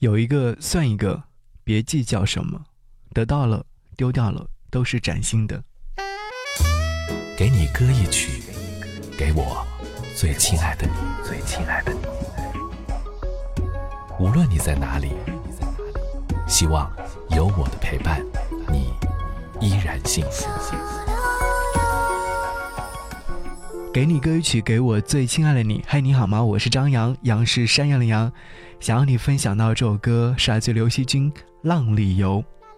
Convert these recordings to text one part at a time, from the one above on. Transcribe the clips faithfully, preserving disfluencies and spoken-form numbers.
有一个算一个，别计较什么，得到了丢掉了都是崭新的。 给你歌一曲，给我最亲爱的你，最亲爱的你。无论你在哪里，希望有我的陪伴，你依然幸福。 给你歌一曲，给我最亲爱的你。嗨，你好吗？我是张扬，杨是山羊的羊。想要你分享到这首歌是来自刘惜君《浪里游》。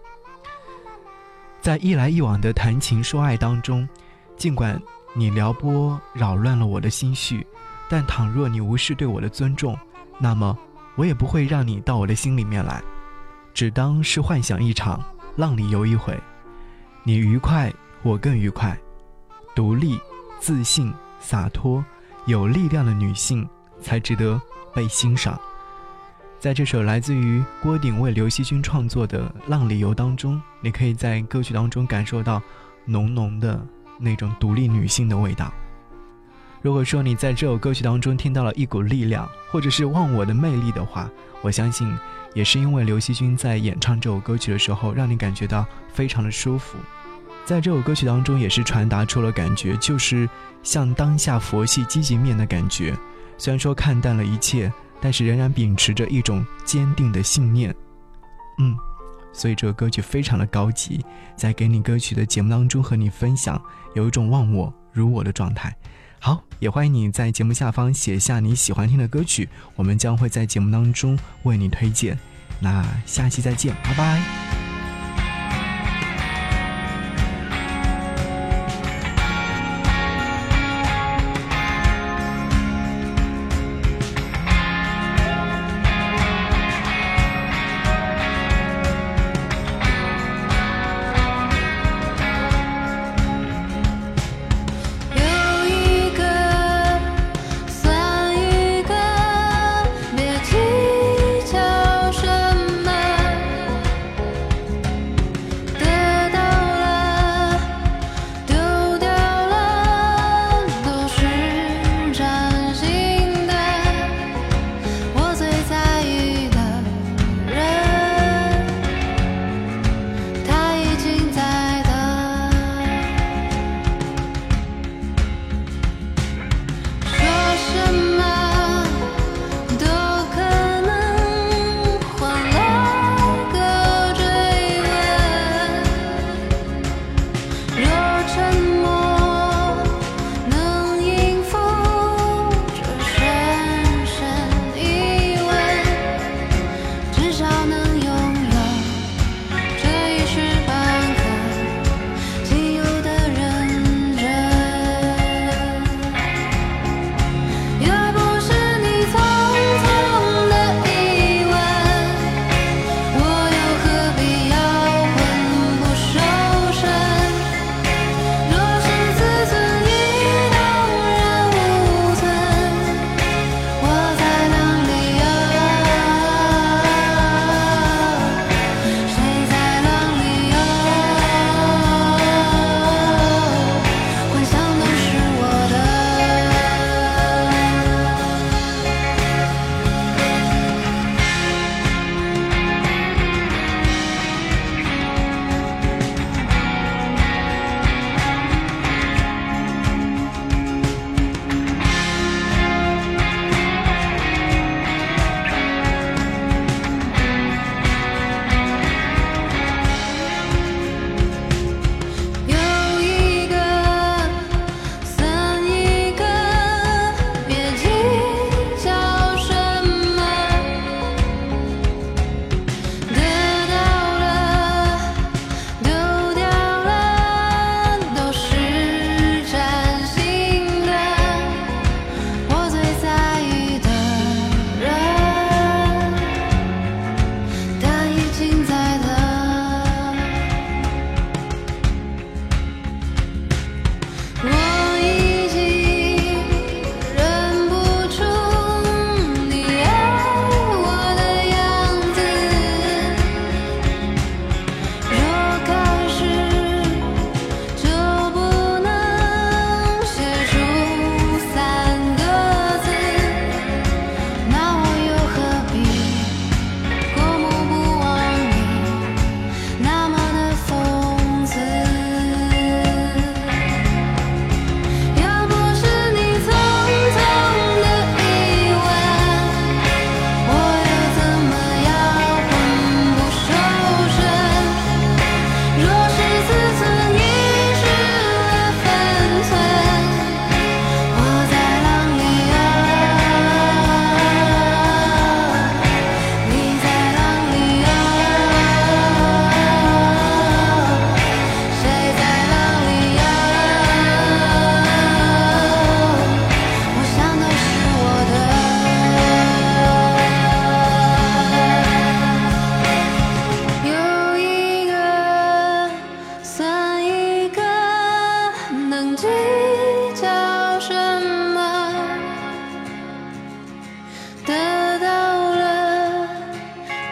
在一来一往的谈情说爱当中，尽管你撩拨扰乱了我的心绪，但倘若你无视对我的尊重，那么我也不会让你到我的心里面来，只当是幻想一场，浪里游一回。你愉快，我更愉快。独立、自信、洒脱、有力量的女性才值得被欣赏。在这首来自于郭顶为刘惜君创作的《浪里游》当中，你可以在歌曲当中感受到浓浓的那种独立女性的味道。如果说你在这首歌曲当中听到了一股力量，或者是忘我的魅力的话，我相信也是因为刘惜君在演唱这首歌曲的时候让你感觉到非常的舒服。在这首歌曲当中也是传达出了感觉，就是像当下佛系积极面的感觉。虽然说看淡了一切，但是仍然秉持着一种坚定的信念。嗯，所以这个歌曲非常的高级，在给你歌曲的节目当中和你分享，有一种忘我如我的状态。好，也欢迎你在节目下方写下你喜欢听的歌曲，我们将会在节目当中为你推荐。那下期再见，拜拜。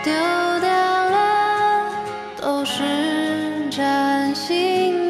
丢掉了都是崭新